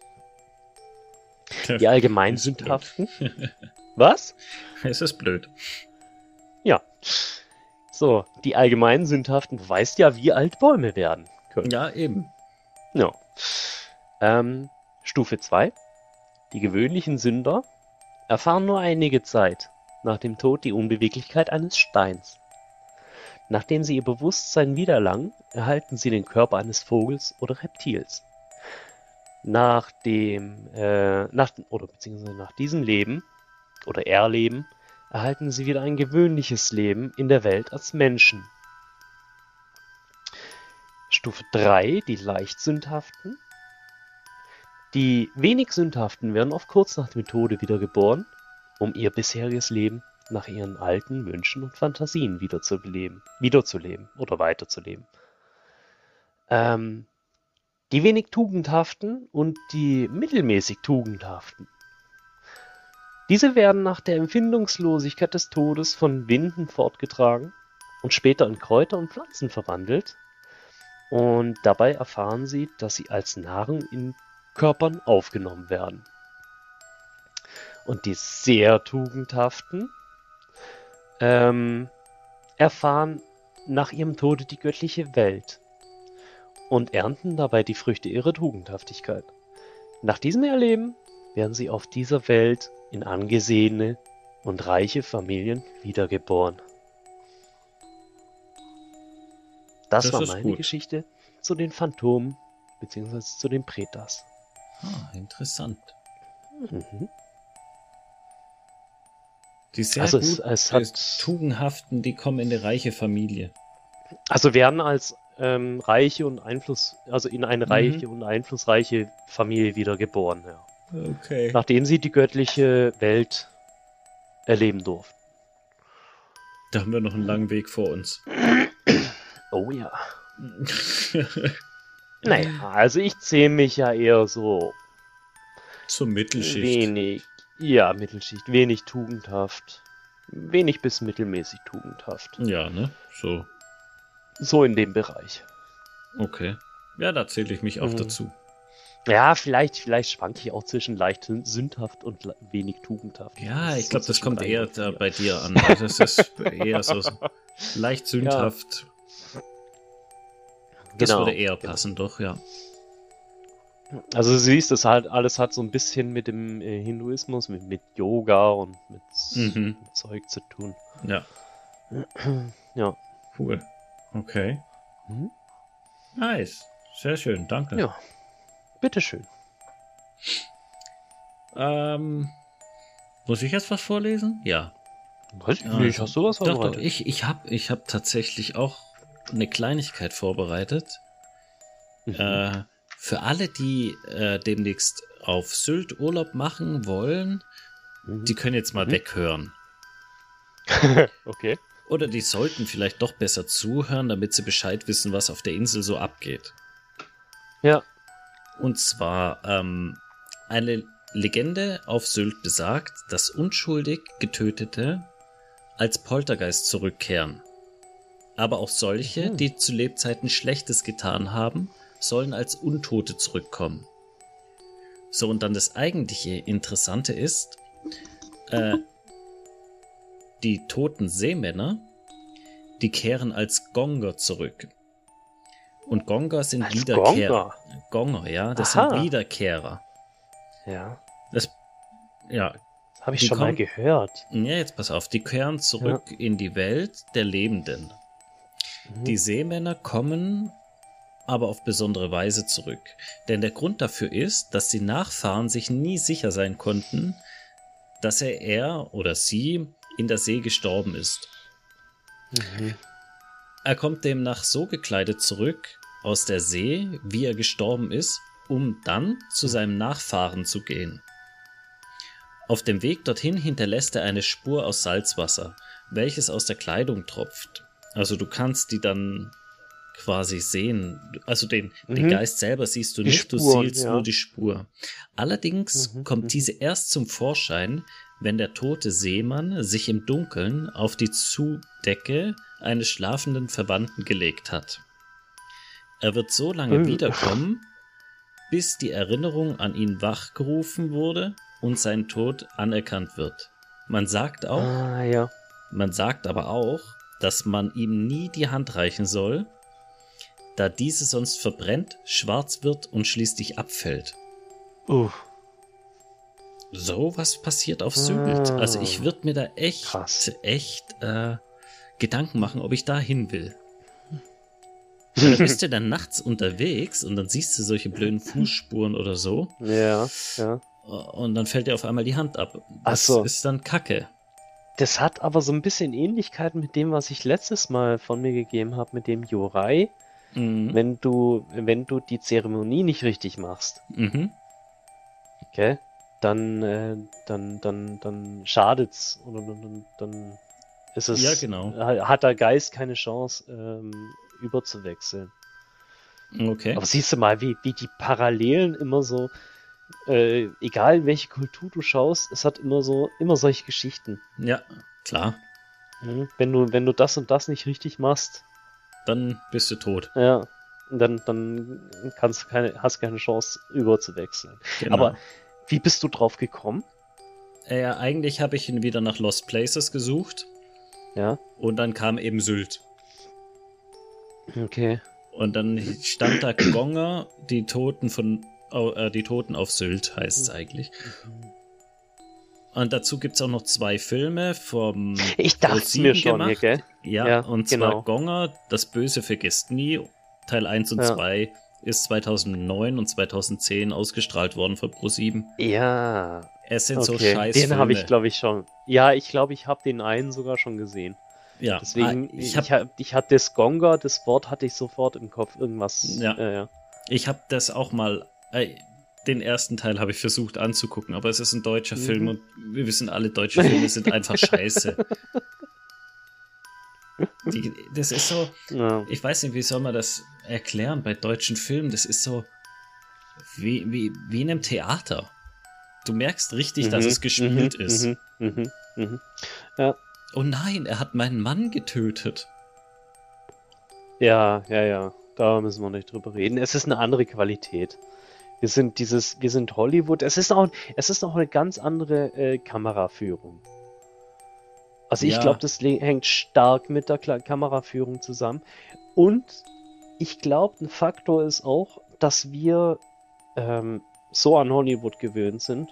Die allgemein sündhaften. Was? Es ist blöd. Ja. So, die allgemein sündhaften, du weißt ja, wie alt Bäume werden können. Ja, eben. Ja. Ähm, Stufe zwei. Die gewöhnlichen Sünder erfahren nur einige Zeit nach dem Tod die Unbeweglichkeit eines Steins. Nachdem sie ihr Bewusstsein wiedererlangen, erhalten sie den Körper eines Vogels oder Reptils. Nach dem, äh, nach, oder beziehungsweise nach diesem Leben oder Erleben erhalten sie wieder ein gewöhnliches Leben in der Welt als Menschen. Stufe drei, die leicht sündhaften. Die wenig sündhaften werden oft kurz nach dem Tode wiedergeboren, um ihr bisheriges Leben nach ihren alten Wünschen und Fantasien wiederzuleben, wiederzuleben oder weiterzuleben. Ähm, die wenig tugendhaften und die mittelmäßig tugendhaften. Diese werden nach der Empfindungslosigkeit des Todes von Winden fortgetragen und später in Kräuter und Pflanzen verwandelt. Und dabei erfahren sie, dass sie als Nahrung in Körpern aufgenommen werden. Und die sehr tugendhaften ähm, erfahren nach ihrem Tode die göttliche Welt und ernten dabei die Früchte ihrer Tugendhaftigkeit. Nach diesem Erleben werden sie auf dieser Welt in angesehene und reiche Familien wiedergeboren. das, Das war ist meine gut. Geschichte zu den Phantomen, beziehungsweise zu den Pretas. Ah, interessant. Mhm. Die sehr Also es, gut es äh, hat, tugendhaften, die kommen in eine reiche Familie. also werden als ähm, reiche und Einfluss, also in eine reiche Mhm. und einflussreiche Familie wiedergeboren, ja. Okay. Nachdem sie die göttliche Welt erleben durften. Da haben wir noch einen langen Weg vor uns. Oh ja. Naja, also ich zähle mich ja eher so Zur Mittelschicht. wenig, ja, Mittelschicht, wenig tugendhaft, wenig bis mittelmäßig tugendhaft. Ja, ne? So. So in dem Bereich. Okay. Ja, da zähle ich mich auch Mhm. dazu. Ja, vielleicht, vielleicht schwanke ich auch zwischen leicht sündhaft und le- wenig tugendhaft. Ja, Das ich ist glaube, so das zwischen kommt drei eher und da vier. bei dir an. Also das ist eher so leicht sündhaft. Das Genau, würde eher genau. passen, doch, ja. Also du siehst, das halt alles hat so ein bisschen mit dem äh, Hinduismus, mit, mit Yoga und mit, Mhm. mit Zeug zu tun. Ja, Ja. cool. Okay. Mhm. Nice. Sehr schön, danke. Ja. Bitteschön. Ähm, muss ich jetzt was vorlesen? Ja. Weiß ich nicht, hast du was Doch, doch, vorbereitet? ich, ich habe ich hab tatsächlich auch eine Kleinigkeit vorbereitet. Mhm. Äh, für alle, die äh, demnächst auf Sylt Urlaub machen wollen, Mhm. die können jetzt mal Mhm. weghören. Okay. Oder die sollten vielleicht doch besser zuhören, damit sie Bescheid wissen, was auf der Insel so abgeht. Ja. Und zwar, ähm, eine Legende auf Sylt besagt, dass unschuldig Getötete als Poltergeist zurückkehren. Aber auch solche, Mhm. die zu Lebzeiten Schlechtes getan haben, sollen als Untote zurückkommen. So, und dann das eigentliche Interessante ist, äh, die toten Seemänner, die kehren als Gonger zurück. Und Gonger sind Als Wiederkehrer. Gonger? Gonger, ja, das Aha. sind Wiederkehrer. Ja. Das, ja, Das habe ich Die schon mal kommen- gehört. ja, jetzt pass auf, die kehren zurück in die Welt der Lebenden. Mhm. Die Seemänner kommen aber auf besondere Weise zurück. Denn der Grund dafür ist, dass die Nachfahren sich nie sicher sein konnten, dass er, er oder sie in der See gestorben ist. Mhm. Er kommt demnach so gekleidet zurück aus der See, wie er gestorben ist, um dann zu seinem Nachfahren zu gehen. Auf dem Weg dorthin hinterlässt er eine Spur aus Salzwasser, welches aus der Kleidung tropft. Also du kannst die dann quasi sehen. Also den, Mhm. den Geist selber siehst du Die nicht, du Spuren, siehst ja. nur die Spur. Allerdings Mhm, kommt mhm. diese erst zum Vorschein, wenn der tote Seemann sich im Dunkeln auf die Zudecke eines schlafenden Verwandten gelegt hat. Er wird so lange Mhm. wiederkommen, bis die Erinnerung an ihn wachgerufen wurde und sein Tod anerkannt wird. Man sagt auch, Ah, ja. man sagt aber auch, dass man ihm nie die Hand reichen soll, da diese sonst verbrennt, schwarz wird und schließlich abfällt. Uh, So was passiert auf Sylt. Ah. Also ich würde mir da echt, Krass. echt äh, Gedanken machen, ob ich da hin will. Weil da bist du dann nachts unterwegs und dann siehst du solche blöden Fußspuren oder so ja, ja. und dann fällt dir auf einmal die Hand ab. Ach Das so. ist dann Kacke. Das hat aber so ein bisschen Ähnlichkeit mit dem, was ich letztes Mal von mir gegeben habe, mit dem Yorai. Mhm. Wenn du, wenn du die Zeremonie nicht richtig machst, Mhm. okay, dann, äh, dann, dann, dann schadet's oder dann, dann, dann ist es, Ja, genau. ha- hat der Geist keine Chance, ähm, überzuwechseln. Okay. Aber siehst du mal, wie, wie die Parallelen immer so, äh, egal in welche Kultur du schaust, es hat immer so, immer solche Geschichten. Ja, klar. Mhm. Wenn du, wenn du das und das nicht richtig machst, Dann bist du tot. ja, dann, dann kannst du keine, hast keine Chance, überzuwechseln. Genau. Aber wie bist du drauf gekommen? Äh, Ja, eigentlich habe ich ihn wieder nach Lost Places gesucht Ja, und dann kam eben Sylt. okay. Und dann stand da Gonger, die Toten von, oh, äh, die Toten auf Sylt heißt es eigentlich. Und dazu gibt es auch noch zwei Filme vom Ich dachte es mir schon, gemacht. gell? Ja, Ja, und genau. zwar Gonger, Das Böse vergisst nie. Teil eins und Ja. zwei ist zweitausendneun und zweitausendzehn ausgestrahlt worden von ProSieben. Ja, Es sind so okay. scheiß Den Filme. habe ich, glaube ich, schon. Ja, ich glaube, ich habe den einen sogar schon gesehen. Ja, Deswegen, ah, ich, ich hab- ich, hab, ich hatte das Gonga, das Wort hatte ich sofort im Kopf. Irgendwas. Ja. Äh, ja. Ich habe das auch mal, äh, den ersten Teil habe ich versucht anzugucken, aber es ist ein deutscher Mhm. Film und wir wissen alle, deutsche Filme sind einfach scheiße. Die, das ist so, Ja. ich weiß nicht, wie soll man das erklären bei deutschen Filmen? Das ist so wie, wie, wie in einem Theater. Du merkst richtig, dass Mhm, es gespielt mhm, ist. Mhm, mhm, mhm. Ja, Oh nein, er hat meinen Mann getötet. ja, ja, ja. Da müssen wir nicht drüber reden. Es ist eine andere Qualität. Wir sind dieses, wir sind Hollywood. Es ist auch, es ist auch eine ganz andere äh, Kameraführung. Also ich Ja. glaube, das le- hängt stark mit der Kla Kameraführung zusammen. Und ich glaube, ein Faktor ist auch, dass wir ähm, so an Hollywood gewöhnt sind.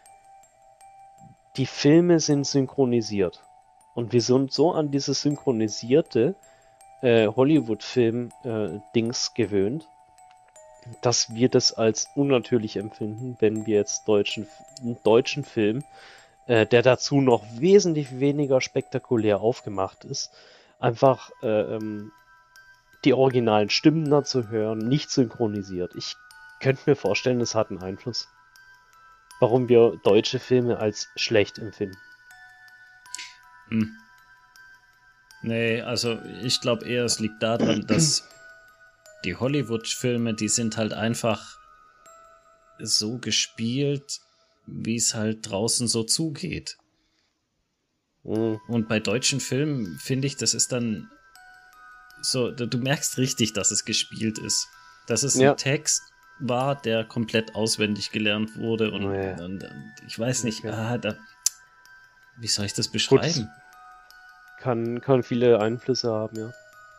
Die Filme sind synchronisiert. Und wir sind so an dieses synchronisierte äh, Hollywood-Film-Dings gewöhnt, dass wir das als unnatürlich empfinden, wenn wir jetzt deutschen, einen deutschen Film, äh, der dazu noch wesentlich weniger spektakulär aufgemacht ist, einfach äh, ähm, die originalen Stimmen dazu hören, nicht synchronisiert. Ich könnte mir vorstellen, das hat einen Einfluss, warum wir deutsche Filme als schlecht empfinden. Hm. Nee, also ich glaube eher, es liegt daran, dass die Hollywood-Filme, die sind halt einfach so gespielt, wie es halt draußen so zugeht. Mhm. Und bei deutschen Filmen finde ich, das ist dann so, du, du merkst richtig, dass es gespielt ist. Dass es Ja. ein Text war, der komplett auswendig gelernt wurde und, Ja. und, und ich weiß nicht, Okay. ah, da, wie soll ich das beschreiben? Kann, kann viele Einflüsse haben, ja.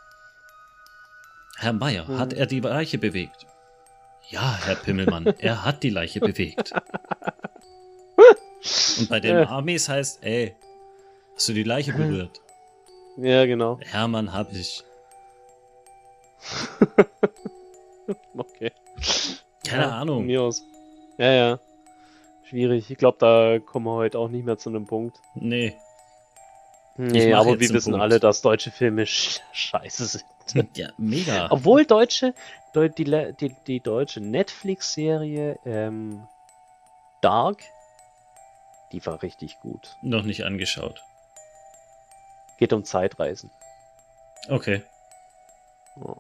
Herr Meier, Mhm. hat er die Leiche bewegt? Ja, Herr Pimmelmann, er hat die Leiche bewegt. Und bei den Ja. Amis heißt, ey, hast du die Leiche berührt? Ja, genau. Hermann, hab ich. Okay. Keine Ja, Ahnung. Von mir aus. Ja, ja. Schwierig. Ich glaube, da kommen wir heute auch nicht mehr zu einem Punkt. Nee. Nee, mach aber jetzt wir einen wissen Punkt. alle, dass deutsche Filme sch scheiße sind. Ja, mega. Obwohl deutsche, deu die, le- die, die deutsche Netflix-Serie ähm, Dark, die war richtig gut. Noch nicht angeschaut. Geht um Zeitreisen. Okay. Oh.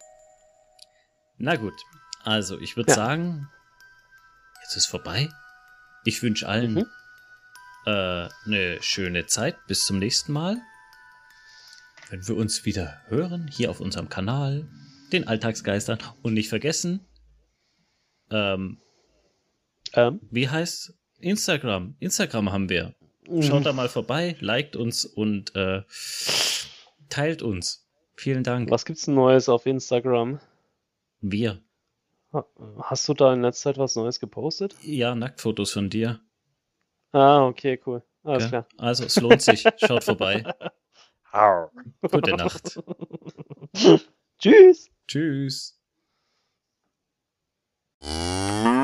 Na gut. Also, ich würde Ja. sagen, jetzt ist vorbei. Ich wünsche allen Mhm. äh, eine schöne Zeit. Bis zum nächsten Mal. Wenn wir uns wieder hören, hier auf unserem Kanal, den Alltagsgeistern. Und nicht vergessen, ähm, Ähm, wie heißt Instagram? Instagram haben wir. Schaut da mal vorbei, liked uns und äh, teilt uns. Vielen Dank. Was gibt's Neues auf Instagram? Wir. Ha- Hast du da in letzter Zeit was Neues gepostet? Ja, Nacktfotos von dir. Ah, okay, cool. Alles Gell? klar. Also, es lohnt sich. Schaut vorbei. Gute Nacht. Tschüss. Tschüss.